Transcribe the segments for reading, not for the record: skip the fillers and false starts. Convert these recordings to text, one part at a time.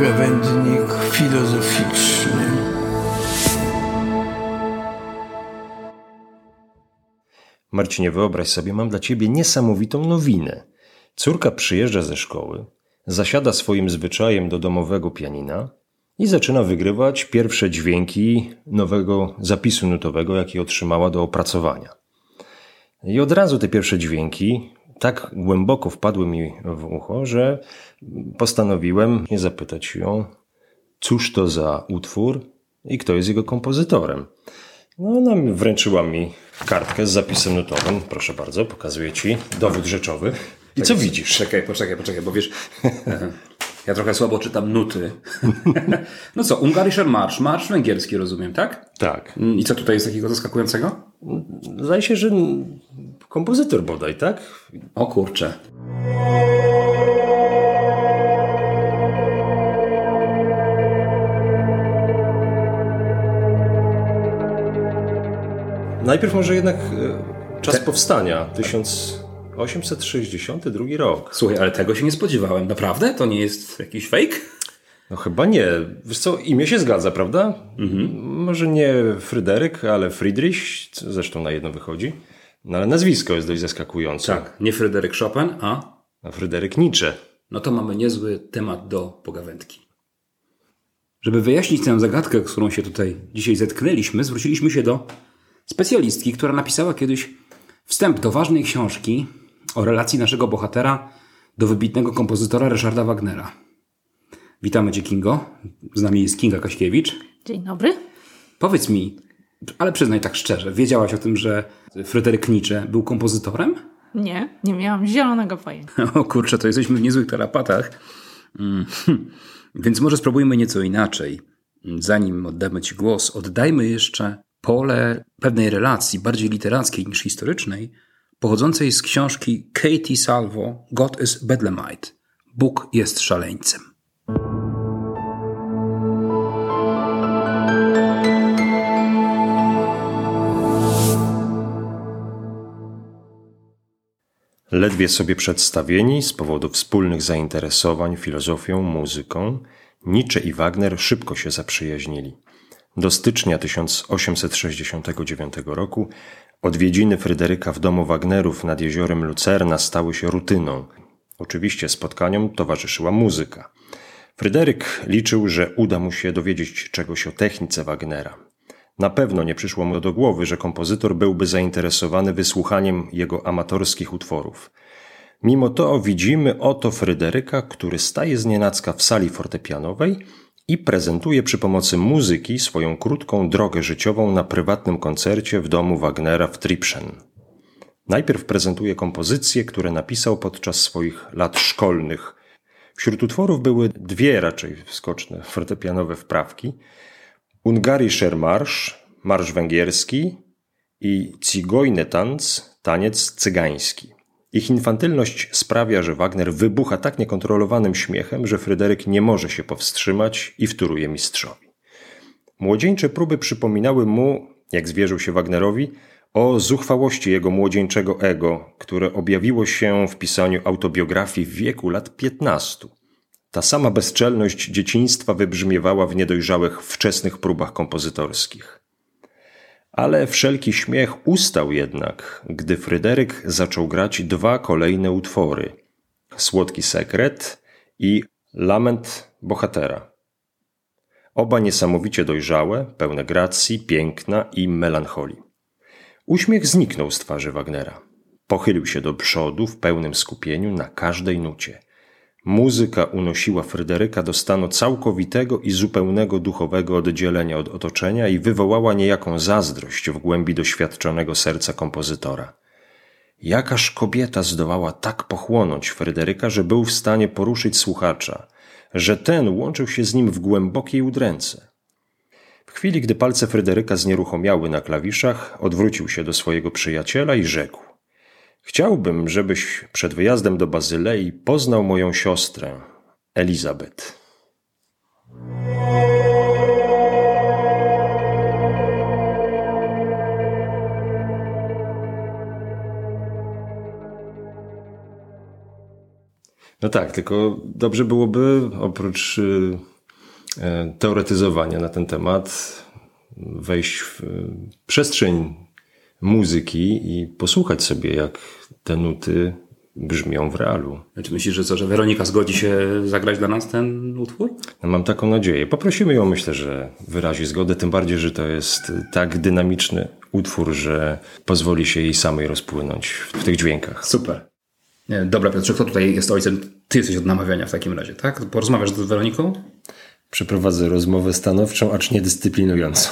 Pogawędnik filozoficzny. Marcinie, wyobraź sobie, mam dla ciebie niesamowitą nowinę. Córka przyjeżdża ze szkoły, zasiada swoim zwyczajem do domowego pianina i zaczyna wygrywać pierwsze dźwięki nowego zapisu nutowego, jaki otrzymała do opracowania. I od razu te pierwsze dźwięki tak głęboko wpadły mi w ucho, że postanowiłem zapytać ją, cóż to za utwór i kto jest jego kompozytorem. No, ona wręczyła mi kartkę z zapisem nutowym. Proszę bardzo, pokazuję ci dowód rzeczowy. I co widzisz? Poczekaj, bo wiesz, ja trochę słabo czytam nuty. No co, Ungarischer marsz węgierski, rozumiem, tak? Tak. I co tutaj jest takiego zaskakującego? Zdaje się, że kompozytor bodaj, tak? O kurczę. Najpierw może jednak czas powstania, 1862 rok. Słuchaj, ale tego się nie spodziewałem. Naprawdę? To nie jest jakiś fake? No chyba nie. Wiesz co, imię się zgadza, prawda? Może nie Fryderyk, ale Friedrich, co zresztą na jedno wychodzi. No ale nazwisko jest dość zaskakujące. Tak, nie Fryderyk Chopin, a Fryderyk Nietzsche. No to mamy niezły temat do pogawędki. Żeby wyjaśnić tę zagadkę, z którą się tutaj dzisiaj zetknęliśmy, zwróciliśmy się do specjalistki, która napisała kiedyś wstęp do ważnej książki o relacji naszego bohatera do wybitnego kompozytora Ryszarda Wagnera. Witamy Cię, Kingo. Z nami jest Kinga Kaśkiewicz. Dzień dobry. Powiedz mi, ale przyznaj tak szczerze, wiedziałaś o tym, że Fryderyk Nietzsche był kompozytorem? Nie miałam zielonego pojęcia. O kurczę, to jesteśmy w niezłych tarapatach. Więc może spróbujmy nieco inaczej. Zanim oddamy Ci głos, oddajmy jeszcze pole pewnej relacji, bardziej literackiej niż historycznej, pochodzącej z książki Katie Salvo God is Bedlamite. Bóg jest szaleńcem. Ledwie sobie przedstawieni z powodu wspólnych zainteresowań filozofią, muzyką, Nietzsche i Wagner szybko się zaprzyjaźnili. Do stycznia 1869 roku odwiedziny Fryderyka w domu Wagnerów nad jeziorem Lucerna stały się rutyną. Oczywiście spotkaniom towarzyszyła muzyka. Fryderyk liczył, że uda mu się dowiedzieć czegoś o technice Wagnera. Na pewno nie przyszło mu do głowy, że kompozytor byłby zainteresowany wysłuchaniem jego amatorskich utworów. Mimo to widzimy oto Fryderyka, który staje znienacka w sali fortepianowej i prezentuje przy pomocy muzyki swoją krótką drogę życiową na prywatnym koncercie w domu Wagnera w Tribschen. Najpierw prezentuje kompozycje, które napisał podczas swoich lat szkolnych. Wśród utworów były dwie raczej skoczne fortepianowe wprawki: Ungarischer marsz węgierski i Zigeunertanz, taniec cygański. Ich infantylność sprawia, że Wagner wybucha tak niekontrolowanym śmiechem, że Fryderyk nie może się powstrzymać i wtóruje mistrzowi. Młodzieńcze próby przypominały mu, jak zwierzył się Wagnerowi, o zuchwałości jego młodzieńczego ego, które objawiło się w pisaniu autobiografii w wieku lat 15. Ta sama bezczelność dzieciństwa wybrzmiewała w niedojrzałych, wczesnych próbach kompozytorskich. Ale wszelki śmiech ustał jednak, gdy Fryderyk zaczął grać dwa kolejne utwory: Słodki sekret i Lament bohatera. Oba niesamowicie dojrzałe, pełne gracji, piękna i melancholii. Uśmiech zniknął z twarzy Wagnera. Pochylił się do przodu w pełnym skupieniu na każdej nucie. Muzyka unosiła Fryderyka do stanu całkowitego i zupełnego duchowego oddzielenia od otoczenia i wywołała niejaką zazdrość w głębi doświadczonego serca kompozytora. Jakaż kobieta zdołała tak pochłonąć Fryderyka, że był w stanie poruszyć słuchacza, że ten łączył się z nim w głębokiej udręce. W chwili, gdy palce Fryderyka znieruchomiały na klawiszach, odwrócił się do swojego przyjaciela i rzekł: Chciałbym, żebyś przed wyjazdem do Bazylei poznał moją siostrę, Elizabeth. No tak, tylko dobrze byłoby oprócz teoretyzowania na ten temat, wejść w przestrzeń muzyki i posłuchać sobie, jak te nuty brzmią w realu. Czy myślisz, że Weronika zgodzi się zagrać dla nas ten utwór? No, mam taką nadzieję. Poprosimy ją, myślę, że wyrazi zgodę, tym bardziej, że to jest tak dynamiczny utwór, że pozwoli się jej samej rozpłynąć w tych dźwiękach. Super. Dobra, Piotrze, kto tutaj jest ojcem? Ty jesteś od namawiania w takim razie, tak? Porozmawiasz z Weroniką? Przeprowadzę rozmowę stanowczą, acz niedyscyplinującą.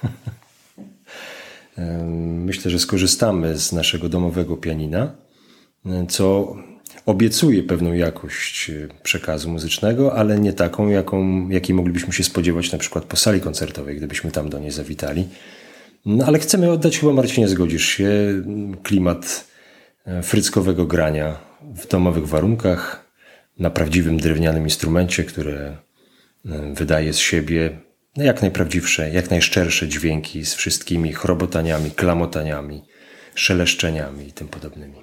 Myślę, że skorzystamy z naszego domowego pianina, co obiecuje pewną jakość przekazu muzycznego, ale nie taką, jakiej moglibyśmy się spodziewać na przykład po sali koncertowej, gdybyśmy tam do niej zawitali. No ale chcemy oddać, chyba Marcinie zgodzisz się, klimat fryckowego grania w domowych warunkach, na prawdziwym drewnianym instrumencie, które wydaje z siebie jak najprawdziwsze, jak najszczersze dźwięki z wszystkimi chrobotaniami, klamotaniami, szeleszczeniami i tym podobnymi.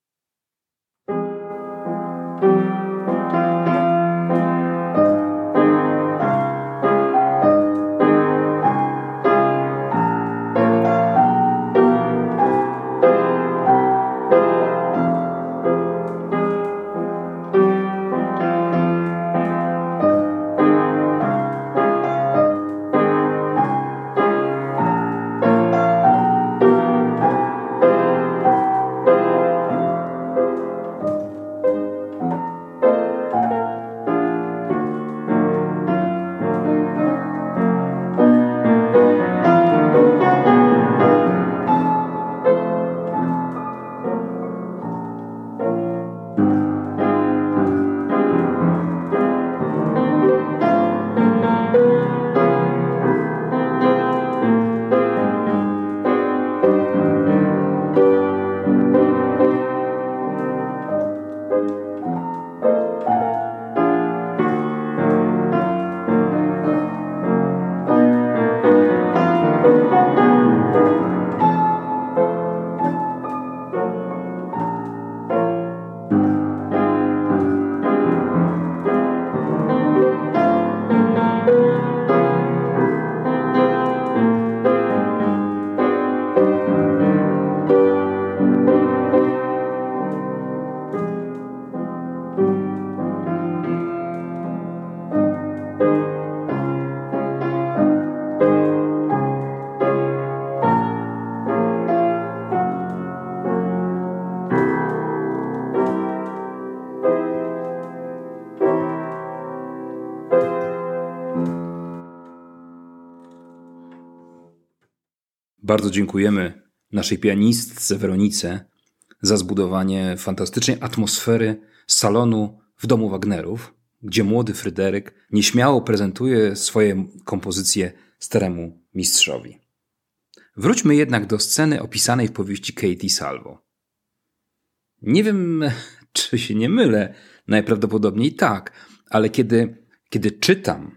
Bardzo dziękujemy naszej pianistce Weronice za zbudowanie fantastycznej atmosfery salonu w domu Wagnerów, gdzie młody Fryderyk nieśmiało prezentuje swoje kompozycje staremu mistrzowi. Wróćmy jednak do sceny opisanej w powieści Katie Salvo. Nie wiem, czy się nie mylę, najprawdopodobniej tak, ale kiedy czytam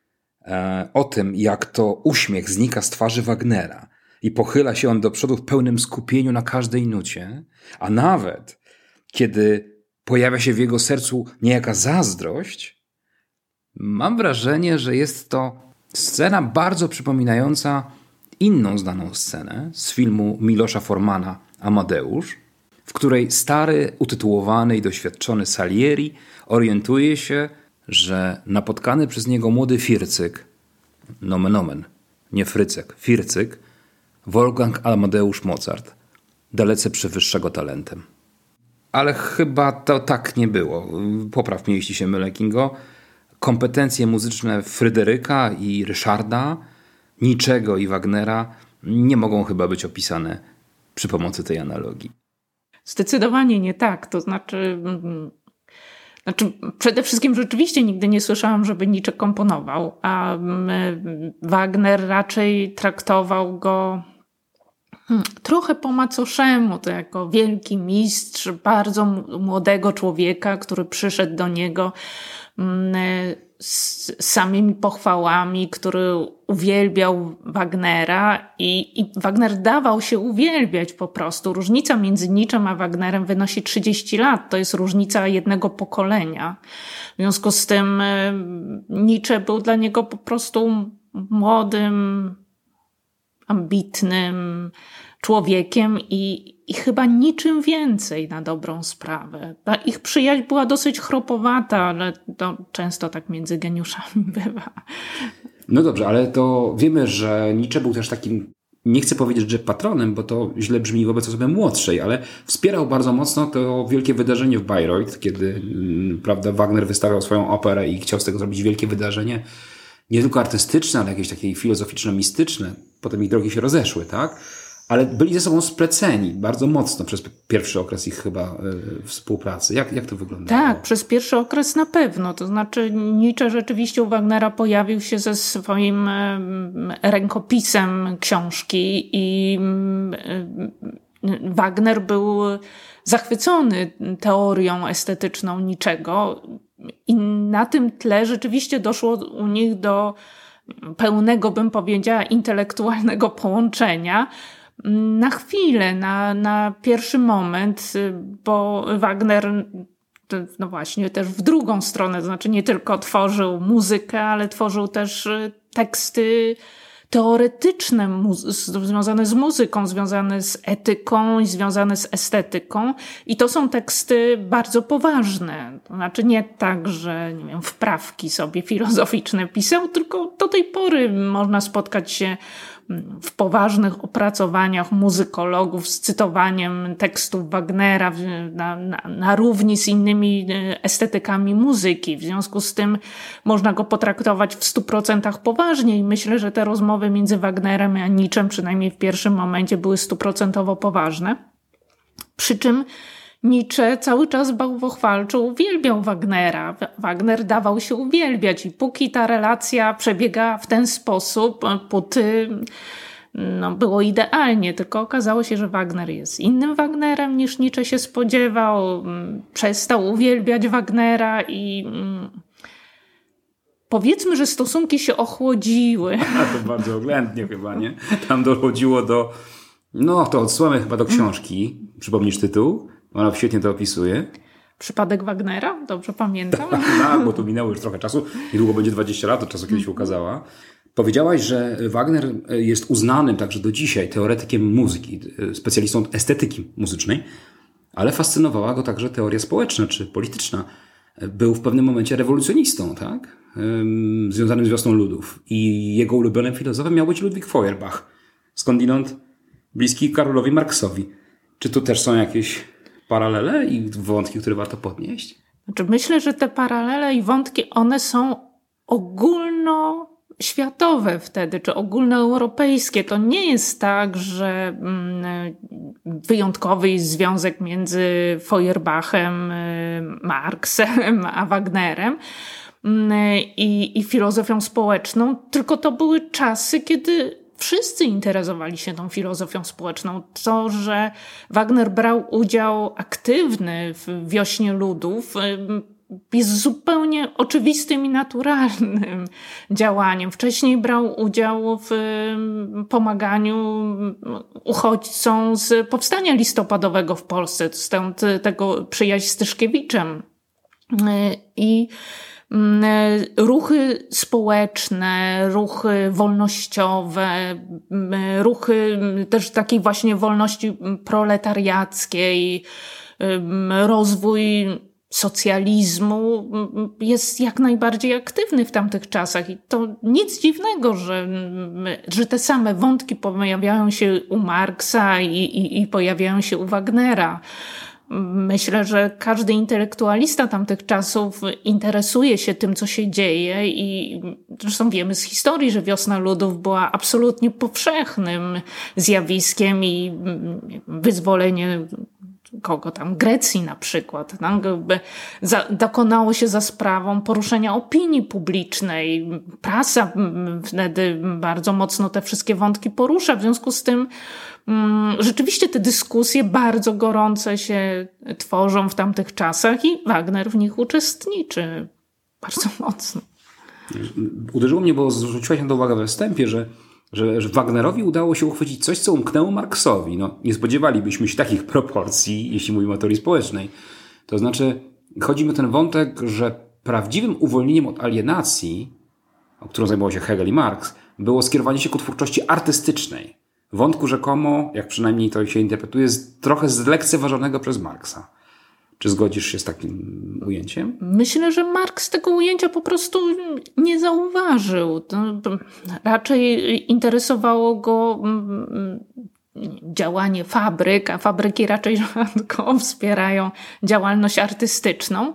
o tym, jak to uśmiech znika z twarzy Wagnera i pochyla się on do przodu w pełnym skupieniu na każdej nucie, a nawet kiedy pojawia się w jego sercu niejaka zazdrość, mam wrażenie, że jest to scena bardzo przypominająca inną znaną scenę z filmu Milosza Formana Amadeusz, w której stary, utytułowany i doświadczony Salieri orientuje się, że napotkany przez niego młody Fircyk, nomen omen, nie Frycek, Fircyk, Wolfgang Amadeusz Mozart, dalece przewyższa go talentem. Ale chyba to tak nie było. Popraw mnie, jeśli się mylę, Kingo. Kompetencje muzyczne Fryderyka i Ryszarda, Niczego i Wagnera nie mogą chyba być opisane przy pomocy tej analogii. Zdecydowanie nie tak. To znaczy przede wszystkim rzeczywiście nigdy nie słyszałam, żeby Niczek komponował, a Wagner raczej traktował go trochę po macoszemu, to jako wielki mistrz, bardzo młodego człowieka, który przyszedł do niego z samymi pochwałami, który uwielbiał Wagnera i Wagner dawał się uwielbiać po prostu. Różnica między Nietzschem a Wagnerem wynosi 30 lat. To jest różnica jednego pokolenia. W związku z tym Nietzsche był dla niego po prostu młodym, ambitnym człowiekiem i chyba niczym więcej na dobrą sprawę. Ta ich przyjaźń była dosyć chropowata, ale to często tak między geniuszami bywa. No dobrze, ale to wiemy, że Nietzsche był też takim, nie chcę powiedzieć, że patronem, bo to źle brzmi wobec osoby młodszej, ale wspierał bardzo mocno to wielkie wydarzenie w Bayreuth, kiedy prawda, Wagner wystawiał swoją operę i chciał z tego zrobić wielkie wydarzenie, nie tylko artystyczne, ale jakieś takie filozoficzno-mistyczne. Potem ich drogi się rozeszły, tak? Ale byli ze sobą spleceni bardzo mocno przez pierwszy okres ich chyba współpracy. Jak to wyglądało? Tak, przez pierwszy okres na pewno. To znaczy Nietzsche rzeczywiście u Wagnera pojawił się ze swoim rękopisem książki i Wagner był zachwycony teorią estetyczną Nietzschego i na tym tle rzeczywiście doszło u nich do pełnego, bym powiedziała, intelektualnego połączenia. Na chwilę, na pierwszy moment, bo Wagner, no właśnie, też w drugą stronę, to znaczy nie tylko tworzył muzykę, ale tworzył też teksty teoretyczne związane z muzyką, związane z etyką i związane z estetyką. I to są teksty bardzo poważne. To znaczy nie tak, że nie wiem, wprawki sobie filozoficzne pisał, tylko do tej pory można spotkać się w poważnych opracowaniach muzykologów z cytowaniem tekstów Wagnera na równi z innymi estetykami muzyki. W związku z tym można go potraktować w 100% poważnie i myślę, że te rozmowy między Wagnerem a Nietzschem przynajmniej w pierwszym momencie były 100% poważne. Przy czym Nietzsche cały czas bałwochwalczo uwielbiał Wagnera. Wagner dawał się uwielbiać i póki ta relacja przebiega w ten sposób, póty było idealnie, tylko okazało się, że Wagner jest innym Wagnerem niż Nietzsche się spodziewał. Przestał uwielbiać Wagnera i powiedzmy, że stosunki się ochłodziły. A to bardzo oględnie chyba, nie? Tam dochodziło do... No to odsyłamy chyba do książki. Przypomnisz tytuł? Ona świetnie to opisuje. Przypadek Wagnera? Dobrze pamiętam? Tak, bo tu minęło już trochę czasu. Niedługo będzie 20 lat od czasu, kiedy się ukazała. Powiedziałaś, że Wagner jest uznanym także do dzisiaj teoretykiem muzyki, specjalistą estetyki muzycznej, ale fascynowała go także teoria społeczna czy polityczna. Był w pewnym momencie rewolucjonistą, tak? Związanym z wiosną ludów. I jego ulubionym filozofem miał być Ludwig Feuerbach. Skądinąd bliski Karolowi Marksowi. Czy tu też są jakieś paralele i wątki, które warto podnieść? Znaczy myślę, że te paralele i wątki, one są ogólnoświatowe wtedy, czy ogólnoeuropejskie. To nie jest tak, że wyjątkowy jest związek między Feuerbachem, Marksem a Wagnerem i filozofią społeczną, tylko to były czasy, kiedy wszyscy interesowali się tą filozofią społeczną. To, że Wagner brał udział aktywny w Wiośnie Ludów, jest zupełnie oczywistym i naturalnym działaniem. Wcześniej brał udział w pomaganiu uchodźcom z powstania listopadowego w Polsce, stąd tego przyjaźń z Tyszkiewiczem. I ruchy społeczne, ruchy wolnościowe, ruchy też takiej właśnie wolności proletariackiej, rozwój socjalizmu jest jak najbardziej aktywny w tamtych czasach i to nic dziwnego, że te same wątki pojawiają się u Marksa i pojawiają się u Wagnera. Myślę, że każdy intelektualista tamtych czasów interesuje się tym, co się dzieje i zresztą wiemy z historii, że Wiosna Ludów była absolutnie powszechnym zjawiskiem i wyzwolenie kogo tam, Grecji na przykład, dokonało się za sprawą poruszenia opinii publicznej. Prasa wtedy bardzo mocno te wszystkie wątki porusza, w związku z tym rzeczywiście te dyskusje bardzo gorące się tworzą w tamtych czasach i Wagner w nich uczestniczy bardzo mocno. Uderzyło mnie, bo zwróciłaś na to uwagę we wstępie, że Wagnerowi udało się uchwycić coś, co umknęło Marksowi. No, nie spodziewalibyśmy się takich proporcji, jeśli mówimy o teorii społecznej. To znaczy, chodzi mi o ten wątek, że prawdziwym uwolnieniem od alienacji, o którą zajmował się Hegel i Marx, było skierowanie się ku twórczości artystycznej. Wątku rzekomo, jak przynajmniej to się interpretuje, trochę zlekceważonego przez Marksa. Czy zgodzisz się z takim ujęciem? Myślę, że Marks tego ujęcia po prostu nie zauważył. To raczej interesowało go działanie fabryk, a fabryki raczej rzadko wspierają działalność artystyczną.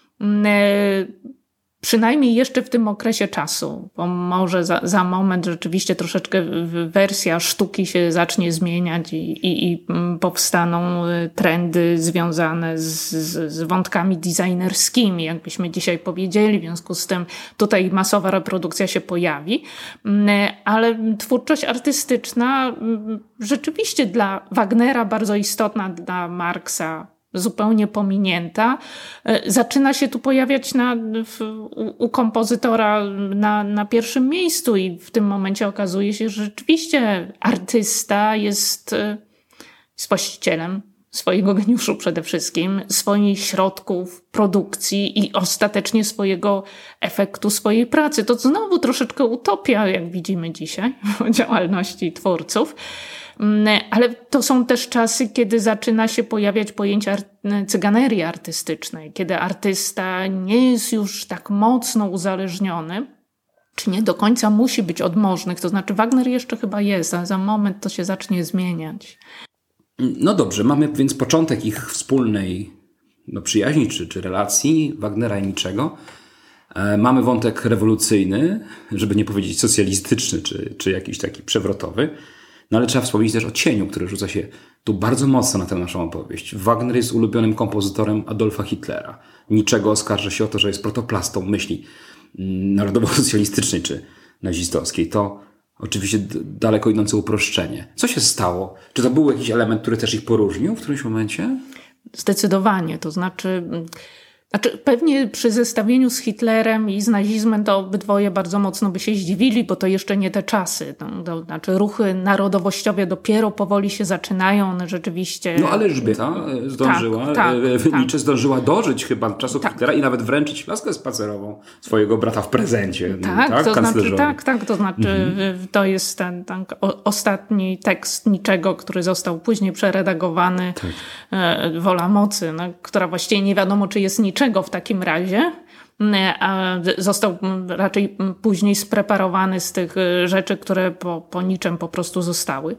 Przynajmniej jeszcze w tym okresie czasu, bo może za moment rzeczywiście troszeczkę wersja sztuki się zacznie zmieniać i powstaną trendy związane z wątkami designerskimi, jakbyśmy dzisiaj powiedzieli. W związku z tym tutaj masowa reprodukcja się pojawi. Ale twórczość artystyczna rzeczywiście dla Wagnera bardzo istotna, dla Marksa zupełnie pominięta, zaczyna się tu pojawiać u kompozytora na pierwszym miejscu i w tym momencie okazuje się, że rzeczywiście artysta jest właścicielem swojego geniuszu przede wszystkim, swoich środków produkcji i ostatecznie swojego efektu swojej pracy. To znowu troszeczkę utopia, jak widzimy dzisiaj, w działalności twórców. Ale to są też czasy, kiedy zaczyna się pojawiać pojęcie cyganerii artystycznej, kiedy artysta nie jest już tak mocno uzależniony, czy nie do końca musi być od możnych. To znaczy Wagner jeszcze chyba jest, a za moment to się zacznie zmieniać. No dobrze, mamy więc początek ich wspólnej przyjaźni czy relacji Wagnera i Niczego. Mamy wątek rewolucyjny, żeby nie powiedzieć socjalistyczny czy jakiś taki przewrotowy. No ale trzeba wspomnieć też o cieniu, który rzuca się tu bardzo mocno na tę naszą opowieść. Wagner jest ulubionym kompozytorem Adolfa Hitlera. Niczego oskarża się o to, że jest protoplastą myśli narodowo-socjalistycznej czy nazistowskiej. To oczywiście daleko idące uproszczenie. Co się stało? Czy to był jakiś element, który też ich poróżnił w którymś momencie? Zdecydowanie. To znaczy pewnie przy zestawieniu z Hitlerem i z nazizmem to obydwoje bardzo mocno by się zdziwili, bo to jeszcze nie te czasy. To znaczy ruchy narodowościowe dopiero powoli się zaczynają, one rzeczywiście... No ale Elżbieta zdążyła, Nietzsche zdążyła dożyć chyba czasów Hitlera i nawet wręczyć laskę spacerową swojego brata w prezencie. To znaczy to jest ten ostatni tekst Niczego, który został później przeredagowany, Wola mocy, która właściwie nie wiadomo, czy jest niczego w takim razie, a został raczej później spreparowany z tych rzeczy, które po niczym po prostu zostały.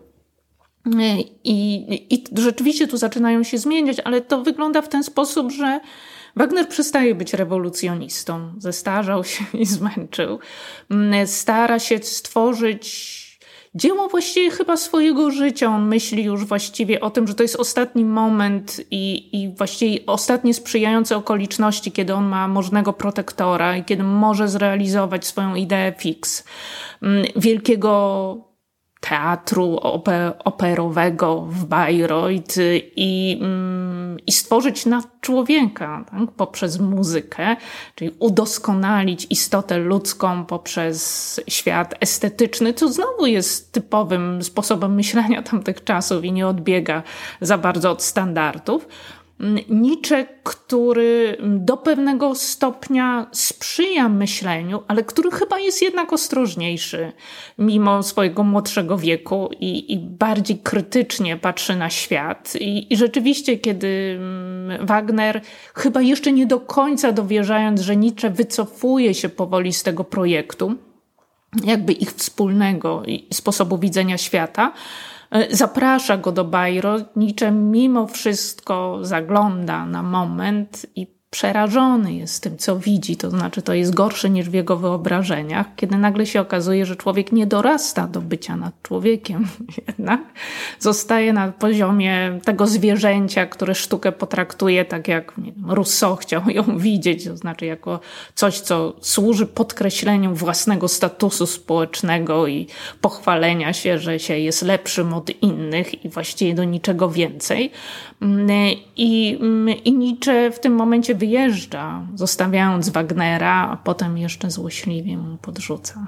I rzeczywiście tu zaczynają się zmieniać, ale to wygląda w ten sposób, że Wagner przestaje być rewolucjonistą. Zestarzał się i zmęczył. Stara się stworzyć dzieło właściwie chyba swojego życia. On myśli już właściwie o tym, że to jest ostatni moment i właściwie ostatnie sprzyjające okoliczności, kiedy on ma możnego protektora i kiedy może zrealizować swoją ideę fix wielkiego teatru operowego w Bayreuth i stworzyć nadczłowieka, tak, poprzez muzykę, czyli udoskonalić istotę ludzką poprzez świat estetyczny, co znowu jest typowym sposobem myślenia tamtych czasów i nie odbiega za bardzo od standardów. Nietzsche, który do pewnego stopnia sprzyja myśleniu, ale który chyba jest jednak ostrożniejszy mimo swojego młodszego wieku i bardziej krytycznie patrzy na świat. I rzeczywiście, kiedy Wagner, chyba jeszcze nie do końca dowierzając, że Nietzsche wycofuje się powoli z tego projektu, jakby ich wspólnego sposobu widzenia świata, zaprasza go do Bayreuth. Nietzsche mimo wszystko zagląda na moment i przerażony jest tym, co widzi. To znaczy, to jest gorsze niż w jego wyobrażeniach, kiedy nagle się okazuje, że człowiek nie dorasta do bycia nad człowiekiem. Jednak zostaje na poziomie tego zwierzęcia, które sztukę potraktuje tak, jak Rousseau chciał ją widzieć. To znaczy, jako coś, co służy podkreśleniu własnego statusu społecznego i pochwalenia się, że się jest lepszym od innych i właściwie do niczego więcej. I Nietzsche w tym momencie wyjeżdża, zostawiając Wagnera, a potem jeszcze złośliwie mu podrzuca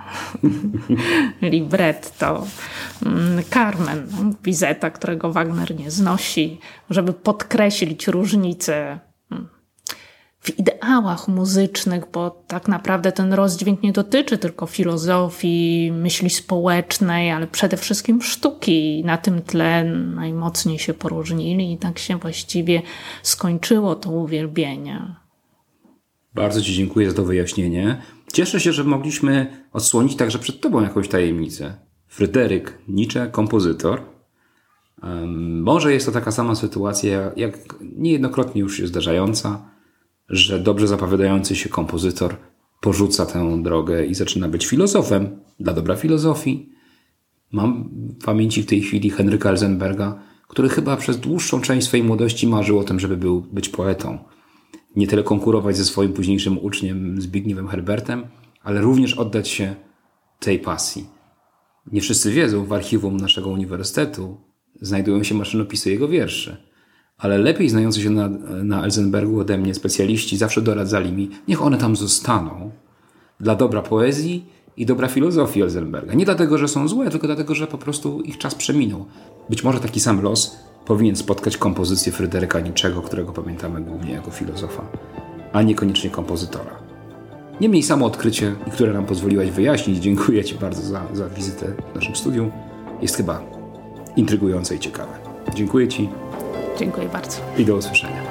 libretto Carmen, Bizeta, którego Wagner nie znosi, żeby podkreślić różnice w ideałach muzycznych, bo tak naprawdę ten rozdźwięk nie dotyczy tylko filozofii, myśli społecznej, ale przede wszystkim sztuki. I na tym tle najmocniej się poróżnili i tak się właściwie skończyło to uwielbienie. Bardzo Ci dziękuję za to wyjaśnienie. Cieszę się, że mogliśmy odsłonić także przed Tobą jakąś tajemnicę. Fryderyk Nietzsche, kompozytor. Może jest to taka sama sytuacja, jak niejednokrotnie już się zdarzająca, że dobrze zapowiadający się kompozytor porzuca tę drogę i zaczyna być filozofem dla dobra filozofii. Mam w pamięci w tej chwili Henryka Elzenberga, który chyba przez dłuższą część swojej młodości marzył o tym, żeby być poetą. Nie tyle konkurować ze swoim późniejszym uczniem Zbigniewem Herbertem, ale również oddać się tej pasji. Nie wszyscy wiedzą, w archiwum naszego uniwersytetu znajdują się maszynopisy jego wierszy. Ale lepiej znający się na Elzenbergu ode mnie specjaliści zawsze doradzali mi, niech one tam zostaną dla dobra poezji i dobra filozofii Elzenberga. Nie dlatego, że są złe, tylko dlatego, że po prostu ich czas przeminął. Być może taki sam los powinien spotkać kompozycję Fryderyka Nietzschego, którego pamiętamy głównie jako filozofa, a niekoniecznie kompozytora. Niemniej samo odkrycie, które nam pozwoliłaś wyjaśnić, dziękuję Ci bardzo za wizytę w naszym studiu, jest chyba intrygujące i ciekawe. Dziękuję Ci. Dziękuję bardzo. I do usłyszenia.